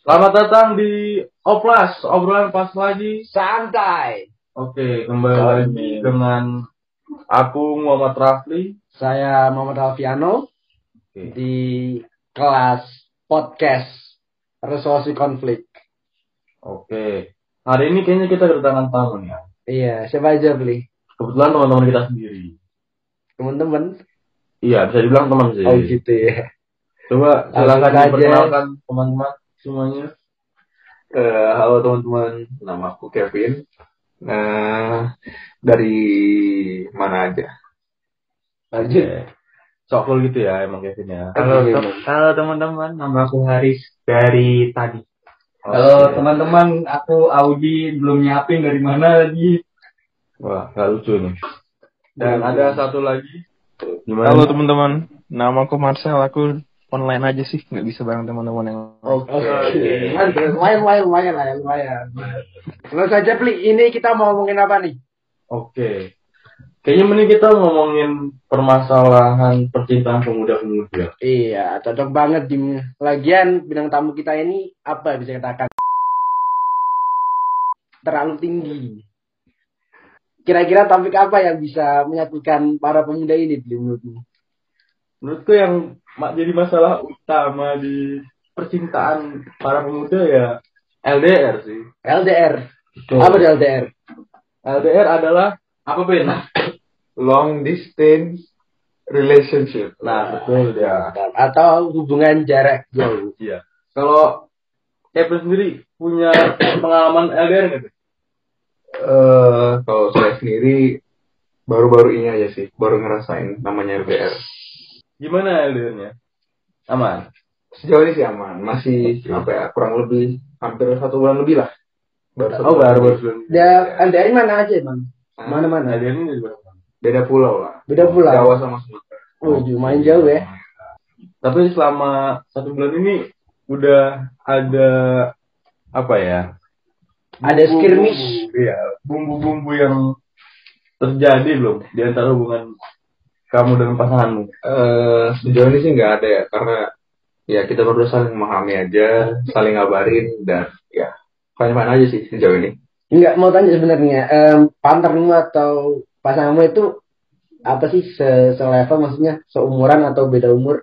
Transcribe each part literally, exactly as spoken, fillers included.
Selamat datang di Oplas, obrolan pas lagi santai. Oke, kembali lagi dengan aku Muhammad Rafli. Saya Muhammad Alfiano. Oke. Di kelas podcast resolusi konflik. Oke, hari ini kayaknya kita kedatangan tamu nih ya. Iya, siapa aja beli? Kebetulan teman-teman kita sendiri. Teman-teman? Iya, bisa dibilang teman sih. Oh gitu ya. Coba silakan diperkenalkan teman-teman semuanya. Uh, halo teman-teman, nama aku Kevin. Nah, dari mana aja? Lanjut. Sokol gitu ya, emang Kevin ya. Halo, te- halo teman-teman, nama aku Haris dari tadi. Oh, halo teman-teman, aku Audi, belum nyiapin dari mana lagi. Wah, gak lucu nih. Dan hmm. ada satu lagi. Gimana? Halo teman-teman, nama aku Marcel, aku online aja sih, nggak bisa bareng teman-teman yang oke okay. okay. lumayan lumayan lumayan lah lumayan langsung saja Pli, ini kita mau ngomongin apa nih? Oke okay. Kayaknya mending kita ngomongin permasalahan percintaan pemuda-pemuda. Iya, cocok banget di lagian bintang tamu kita ini apa bisa katakan terlalu tinggi. Kira-kira topik apa yang bisa menyatukan para pemuda ini menurutmu? Menurutku yang jadi masalah utama di percintaan para pemuda ya L D R sih. L D R. Betul. Apa L D R? L D R adalah apa Ben? Long distance relationship. Nah, betul ya. Atau hubungan jarak jauh. Iya. Kalau Kevin sendiri punya pengalaman L D R nggak? Uh, kalau saya sendiri baru-baru ini aja sih, baru ngerasain namanya L D R. Gimana L D R-nya? Aman? Sejauh ini sih aman. Masih okay. apa ya, kurang lebih hampir satu bulan lebih lah. Baru oh baru baru. Ya L D R mana aja Bang? Mana-mana? L D R ini beda pulau lah. Beda pulau. Jawa sama Sumatera. Oh, lumayan jauh ya. Tapi selama satu bulan ini udah ada apa ya? Ada skirmish. Iya, bumbu-bumbu yang terjadi belum di antara hubungan kamu dengan pasanganmu? Uh, sejauh ini sih nggak ada ya, karena ya kita berdua saling memahami aja, saling ngabarin dan ya fine-fine aja sih sejauh ini. Enggak, mau tanya sebenarnya, um, partnermu atau pasanganmu itu apa sih se selevel, maksudnya seumuran atau beda umur?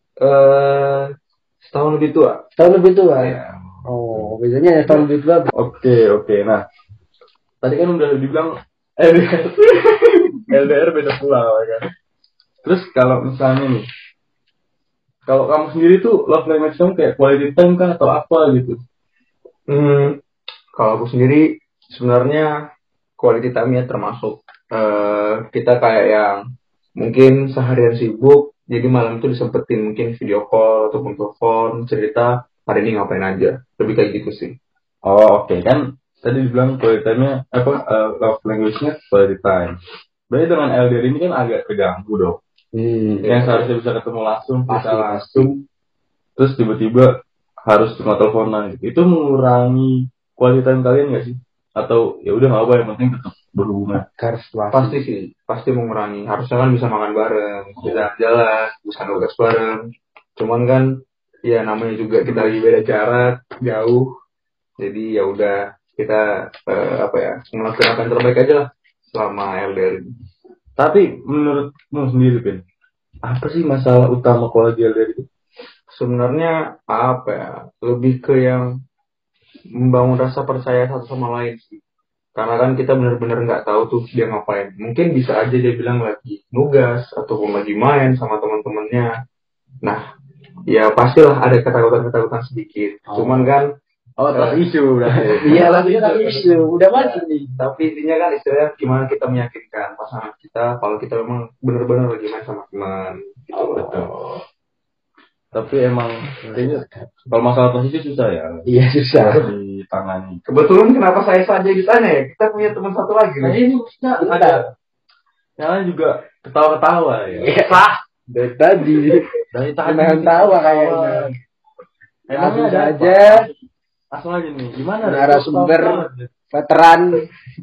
Uh, setahun lebih tua. Setahun lebih tua. Ya. Oh, bedanya setahun lebih tua. Oke okay, oke. Okay. Nah, tadi kan udah dibilang L D R, L D R beda pulau kan. Terus kalau misalnya nih, kalau kamu sendiri tuh love language kamu kayak quality time kah atau apa gitu? Hmm, kalau aku sendiri sebenarnya quality time-nya termasuk uh, kita kayak yang mungkin seharian sibuk, jadi malam itu disempetin mungkin video call ataupun telepon cerita hari ini ngapain aja, lebih kayak gitu sih. Oh oke okay. Kan tadi dibilang quality time-nya apa uh, love language-nya quality time. Berarti dengan L D R ini kan agak terganggu dong. Hmm, yang seharusnya bisa ketemu langsung, bisa langsung, terus tiba-tiba harus cuma teleponan gitu. Itu mengurangi quality time kalian nggak sih? Atau ya udah nggak apa, yang penting tetap berhubungan. Pasti sih, pasti mengurangi. Harusnya kan bisa makan bareng, bisa jalan, bisa nugas bareng. Cuman kan, ya namanya juga kita lagi beda jarak, jauh. Jadi ya udah kita uh, apa ya, melakukan yang terbaik aja lah selama L D R ini. Tapi menurutmu sendiri, Ben, apa sih masalah utama quality L D R itu? Sebenarnya apa ya? Lebih ke yang membangun rasa percaya satu sama lain sih. Karena kan kita benar-benar nggak tahu tuh dia ngapain. Mungkin bisa aja dia bilang lagi nugas ataupun lagi main sama teman-temannya. Nah, ya pastilah ada ketakutan-ketakutan sedikit. Oh. Cuman kan oh, trust uh, issue berarti. Iya, lagi trust issue. Udah mati nih. Tapi intinya kan istilahnya gimana kita meyakinkan pasangan kita kalau kita memang benar-benar lagi main sama teman. Gitu. Oh, betul. Tapi emang kayaknya kalau masalah trust issue susah ya. Iya, susah ditangani. Kebetulan kenapa saya saja ditanya ya? Kita punya teman satu lagi. Nah, ini maksudnya ada. Yang juga ketawa-ketawa ya. Iya. Dari tadi. Dari tadi. Main tawa kayaknya. Emangnya ada aja. Langsung aja nih, gimana? Narasumber veteran.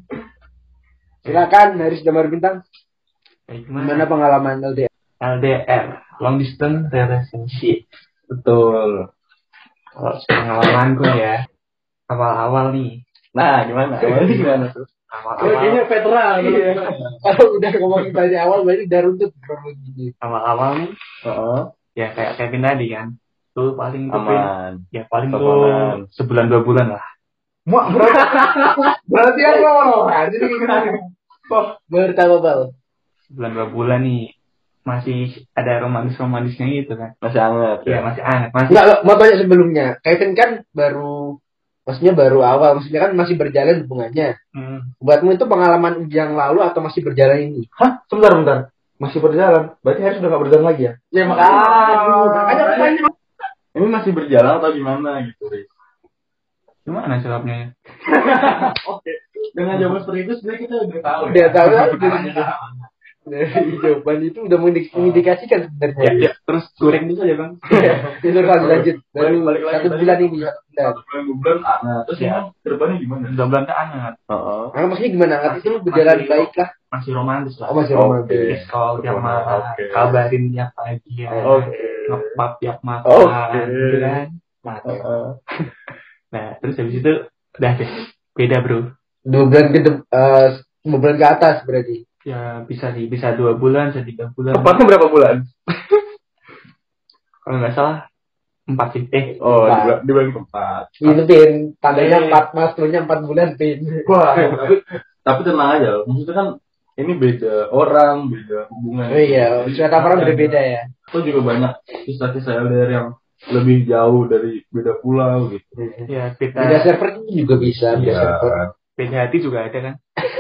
Silakan Haris Damar Bintang. Eh, gimana pengalaman L D R? L D R, long distance relationship. Betul. Kalau pengalamanku ya, awal-awal nih. Nah, gimana? Awalnya gimana tuh? Awal-awal. Kayaknya veteran. Kalau udah ngomongin dari awal berarti udah runtut kronologi. Awal-awal nih, Heeh. ya kayak Kevin tadi kan. Tuh paling tuh Aman. ya paling tuh Teleponan. sebulan dua bulan lah. Muak berarti berarti apa? Jadi gimana? Bertambah bal. Sebulan dua bulan nih masih ada romantis-romantisnya gitu kan. Masih hangat Iya, ya. masih aneh. Masih Enggak, mau tanya sebelumnya. Kevin kan baru, maksudnya baru awal, maksudnya kan masih berjalan hubungannya. hmm. Buatmu itu pengalaman yang lalu atau masih berjalan ini? Hah? Sebentar, bentar. Masih berjalan. Berarti Harus udah gak berjalan lagi ya? Ya makanya. Ada pertanyaan. Ini masih berjalan atau gimana gitu, Riz? Gimana jawabnya ya? Oke. Dengan jawaban seperti itu sebenarnya kita udah tahu. Udah tahu lah. Dari jawaban itu udah mendik- mengindikasikan Ya, sebenarnya. ya. Terus goreng dulu aja bang. Itu lanjut lanjut. Baru Balik lagi satu tadi. bulan ini. Satu bulan. Satu bulan, dua bulan, nah, terus Ya. emang kedepannya gimana? Dua bulan tuh aneh kan. Heeh. Nah, maksudnya gimana? Arti itu berjalan Masih- baik lah. Masih romantis lah. Oh masih Oke. romantis. Miss call tiap malam, Oke. kabarin tiap pagi ya. Oke. Ngepap tiap makan, Oke. gitu kan. Heeh. Nah, terus habis itu udah deh, beda bro. Dua bulan ke de- eh, dua bulan ke atas berarti. Ya bisa sih, bisa dua bulan, bisa tiga bulan. Tepatnya berapa bulan? Kalau nggak salah empat sih. Eh, Oh, di Empat. bulan, di bulan keempat. Itu pin, tandanya Eh. empat, masternya empat bulan pin. Wah, tapi, tapi tenang aja. Maksudnya kan ini beda orang, beda hubungan. Oh iya, setiap orang berbeda ya. Itu juga banyak kisah-kisah L D R yang lebih jauh dari beda pulau gitu. ya Beda beda, server juga bisa, beda Iya. server. beda hati juga ada kan.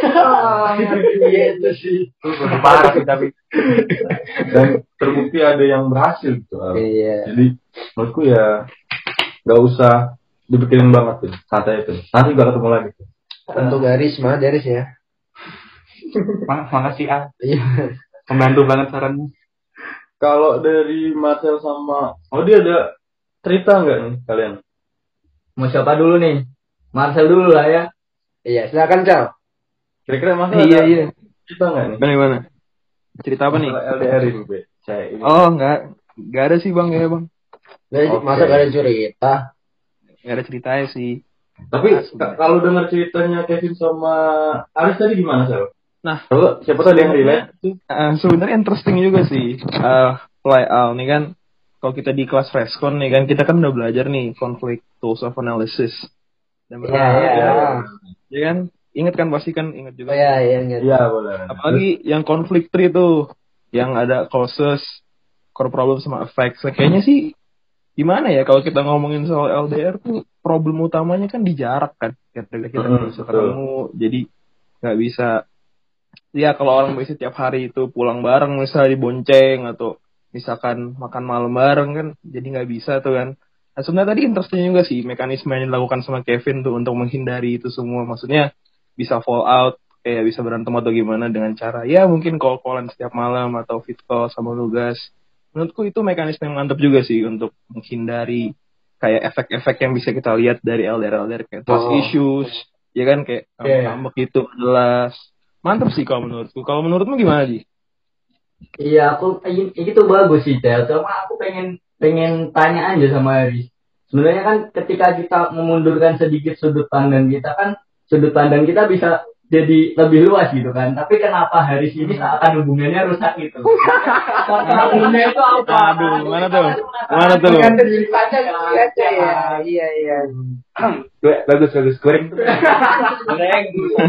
Iya itu sih. Itu lebih parah sih tapi. Dan terbukti ada yang berhasil gitu. Iya. Jadi menurutku ya nggak usah dipikirin banget tuh, santai tuh. Nanti juga ketemu lagi. Tuh. Untuk Garis mah Garis ya. Mak- makasih ah, Iya. membantu banget saranmu. Kalau dari Marcel sama Odi ada cerita nggak nih kalian? Mau siapa dulu nih? Marcel dulu lah ya. Iya, silakan Cal. Kira-kira Marcel Iya, ada iya. cerita nggak nih? Gimana gimana? Cerita apa nih? Masalah L D R ini, Be. Saya ini. Oh, enggak. Enggak ada sih, Bang, ya, Bang. Dari Oke. masa gak ada cerita. Enggak ada ceritanya sih. Tapi ka- kalau dengar ceritanya Kevin sama Aris tadi gimana, Sel? Nah, Kalau siapa tahu ada yang relate tuh. Eh, sebenarnya interesting juga sih. Eh, Fly Al nih kan, kalau kita di kelas Freskon nih kan, kita kan udah belajar nih conflict tools of analysis. Dan Iya, iya. Ya kan, ingat kan pasti kan ingat Oh juga. iya, iya, iya. Iya, boleh. Apalagi yang conflict tree tuh, yang ada causes, core problem sama effects. Nah, kayaknya sih gimana ya kalau kita ngomongin soal L D R tuh problem utamanya kan di jarak kan. Ketika kita nggak Mm, bisa betul. ketemu, jadi nggak bisa. Ya kalau orang biasa tiap hari itu pulang bareng misalnya dibonceng atau misalkan makan malam bareng kan jadi nggak bisa tuh kan. Nah sebenarnya tadi interesting juga sih mekanisme yang dilakukan sama Kevin tuh untuk menghindari itu semua. Maksudnya bisa fall out, kayak bisa berantem atau gimana dengan cara ya mungkin call-callan setiap malam atau fit call sama tugas. Menurutku itu mekanisme yang mantap juga sih untuk menghindari kayak efek-efek yang bisa kita lihat dari L D R L D R kayak trust Oh. issues, ya kan kayak Yeah. ngambek gitu jelas. Mantap sih kalau menurutku. Kalau menurutmu gimana Ji? Iya, aku ingin itu bagus sih, Tel. Cuma aku pengen pengen tanya aja sama Aris. Sebenarnya kan ketika kita memundurkan sedikit sudut pandang kita kan sudut pandang kita bisa jadi lebih luas gitu kan. Tapi kenapa Haris ini seakan hubungannya rusak gitu? Hubungannya itu apa? Aduh, mana tuh? Mana tuh lu? Kan ceritanya aja ya. Iya, iya. Gue bagus bagus goreng tuh. Goreng.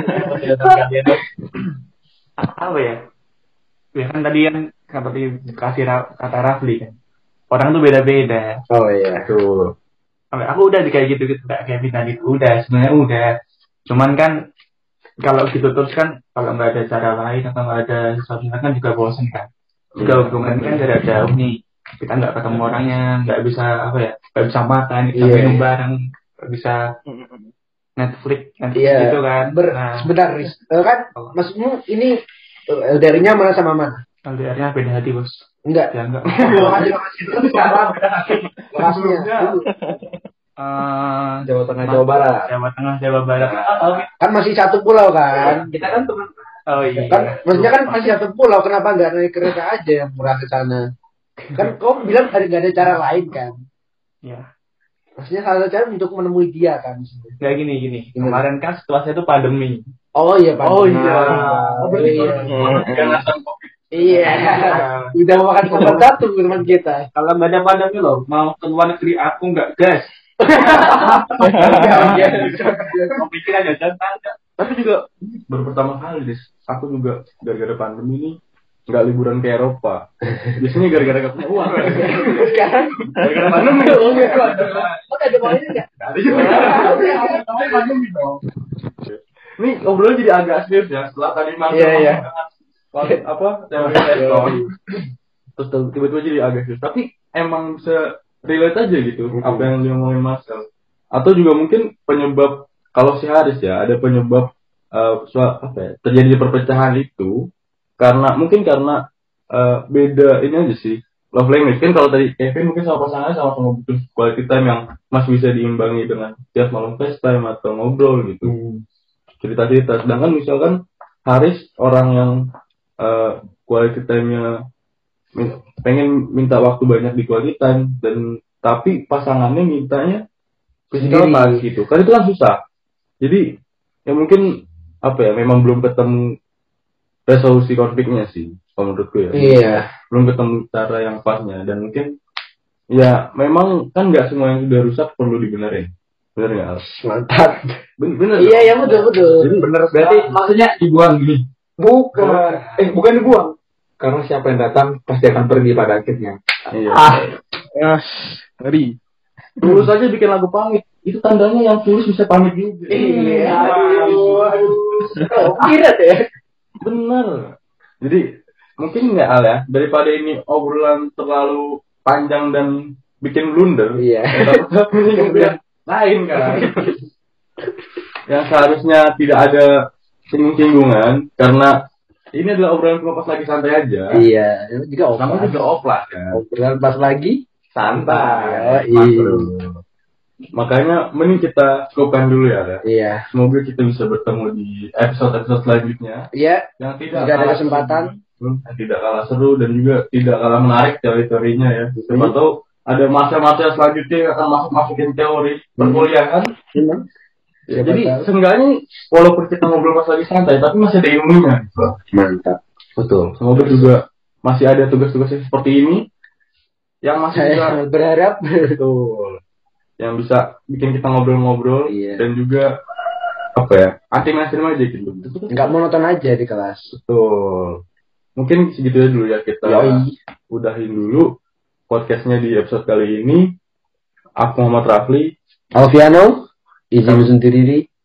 Apa ya? Ya kan tadi kan seperti kasih ra- kata Rafli kan. Orang tuh beda-beda. Oh iya. Betul. Oke, aku udah di kayak gitu gitu kayak Kevin tadi udah sebenarnya udah. Cuman kan kalau gitu terus kan kalau nggak ada cara lain atau nggak ada sesuatu kan juga bosen kan. Juga Iya. hubungan kan jarak jauh nih. Kita nggak ketemu orangnya, nggak bisa apa ya, nggak bisa makan, kita Iya. minum bareng, nggak bisa Netflix, Netflix Iya. gitu kan. Ber, Nah, sebentar, Riz. Eh, kan maksudmu ini eh, L D R-nya mana sama mana? L D R-nya beda hati bos. Enggak. Ya enggak. Lokasi lokasi itu sekarang. Lokasinya. dulu. Eh, Jawa Tengah, Jawa Barat. Jawa Tengah, Jawa Barat. Kan masih satu pulau kan? Kita kan teman. Oh iya. Kan maksudnya kan masih satu pulau, kenapa nggak naik kereta aja yang murah ke sana? Kan kau bilang ada nggak ada cara lain kan? Ya. Maksudnya salah satu cara untuk menemui dia kan. Kayak gini gini. Kemarin kan situasinya itu pandemi. Oh iya Pak. Oh iya. Oh, iya. Jangan sampai Iya. Udah makan nomor satu teman kita. Kalau nggak ada pandemi loh, mau ke luar negeri aku nggak gas. Pikir aja jangan. tapi juga baru pertama kali deh aku juga gara-gara pandemi ini nggak liburan ke Eropa. Biasanya gara-gara gak punya uang. Sekarang Gara-gara pandemi. oh ada poinnya nggak? Ada juga. Pandemi dong. Ini obrolan jadi agak serius ya setelah tadi makan. Iya, iya. Apa? Teori elektron. Terus tiba-tiba jadi agak serius. Tapi emang bisa relate aja gitu mm-hmm. apa yang diomongin Marcel. Atau juga mungkin penyebab kalau si Haris ya ada penyebab uh, soal apa ya, terjadi perpecahan itu karena mungkin karena uh, beda ini aja sih love language kan. Kalau tadi Kevin mungkin sama pasangannya sama-sama butuh quality time yang masih bisa diimbangi dengan tiap malam FaceTime atau ngobrol gitu hmm. cerita-cerita. Sedangkan misalkan Haris orang yang uh, quality time-nya pengen minta waktu banyak di quality time dan tapi pasangannya mintanya physical touch gitu kan, itu kan susah. Jadi ya mungkin apa ya memang belum ketemu resolusi konfliknya sih kalau menurutku ya. Iya. Belum ketemu cara yang pasnya dan mungkin ya memang kan nggak semua yang sudah rusak perlu dibenerin. Bener nggak? Mantap. Ben- bener. Iya ya betul betul. Jadi bener Berarti maksudnya dibuang gini. Bukan. Eh bukan dibuang. Karena siapa yang datang pasti akan pergi pada akhirnya. Iya. Ah. Ya, ngeri. Tulus aja bikin lagu pamit. Itu tandanya yang tulus bisa pamit juga. Iya. Aduh. Aduh. Kira deh. Bener. Jadi mungkin nggak Al ya daripada ini obrolan terlalu panjang dan bikin blunder. Iya. Yang lain kan. Yang seharusnya tidak ada singgung-singgungan karena ini adalah obrolan cuma pas lagi santai aja. Iya. Juga off. Namanya juga offline kan. Obrolan pas lagi santai. Iya. Makanya mending kita cukupkan dulu ya. Iya. Semoga kita bisa bertemu di episode-episode selanjutnya. Iya. Yang tidak jika ada kesempatan. Seru, yang tidak kalah seru dan juga tidak kalah menarik teori-teorinya ya. Siapa tahu ada masa-masa selanjutnya yang akan masuk-masukin teori perkuliahan. Hmm. Ya, jadi seenggaknya walaupun kita ngobrol pas lagi santai, tapi masih ada ilmunya. Mantap. Betul. Semoga juga masih ada tugas-tugas yang seperti ini yang masih Saya bisa berharap betul. Yang bisa bikin kita ngobrol-ngobrol iya. dan juga apa ya asim-asim aja gitu. Nggak monoton aja di kelas. Betul. Mungkin segitu aja dulu ya kita Yoi. udahin dulu podcastnya di episode kali ini. Aku Muhammad Rafli. Alfiano, izin undur diri.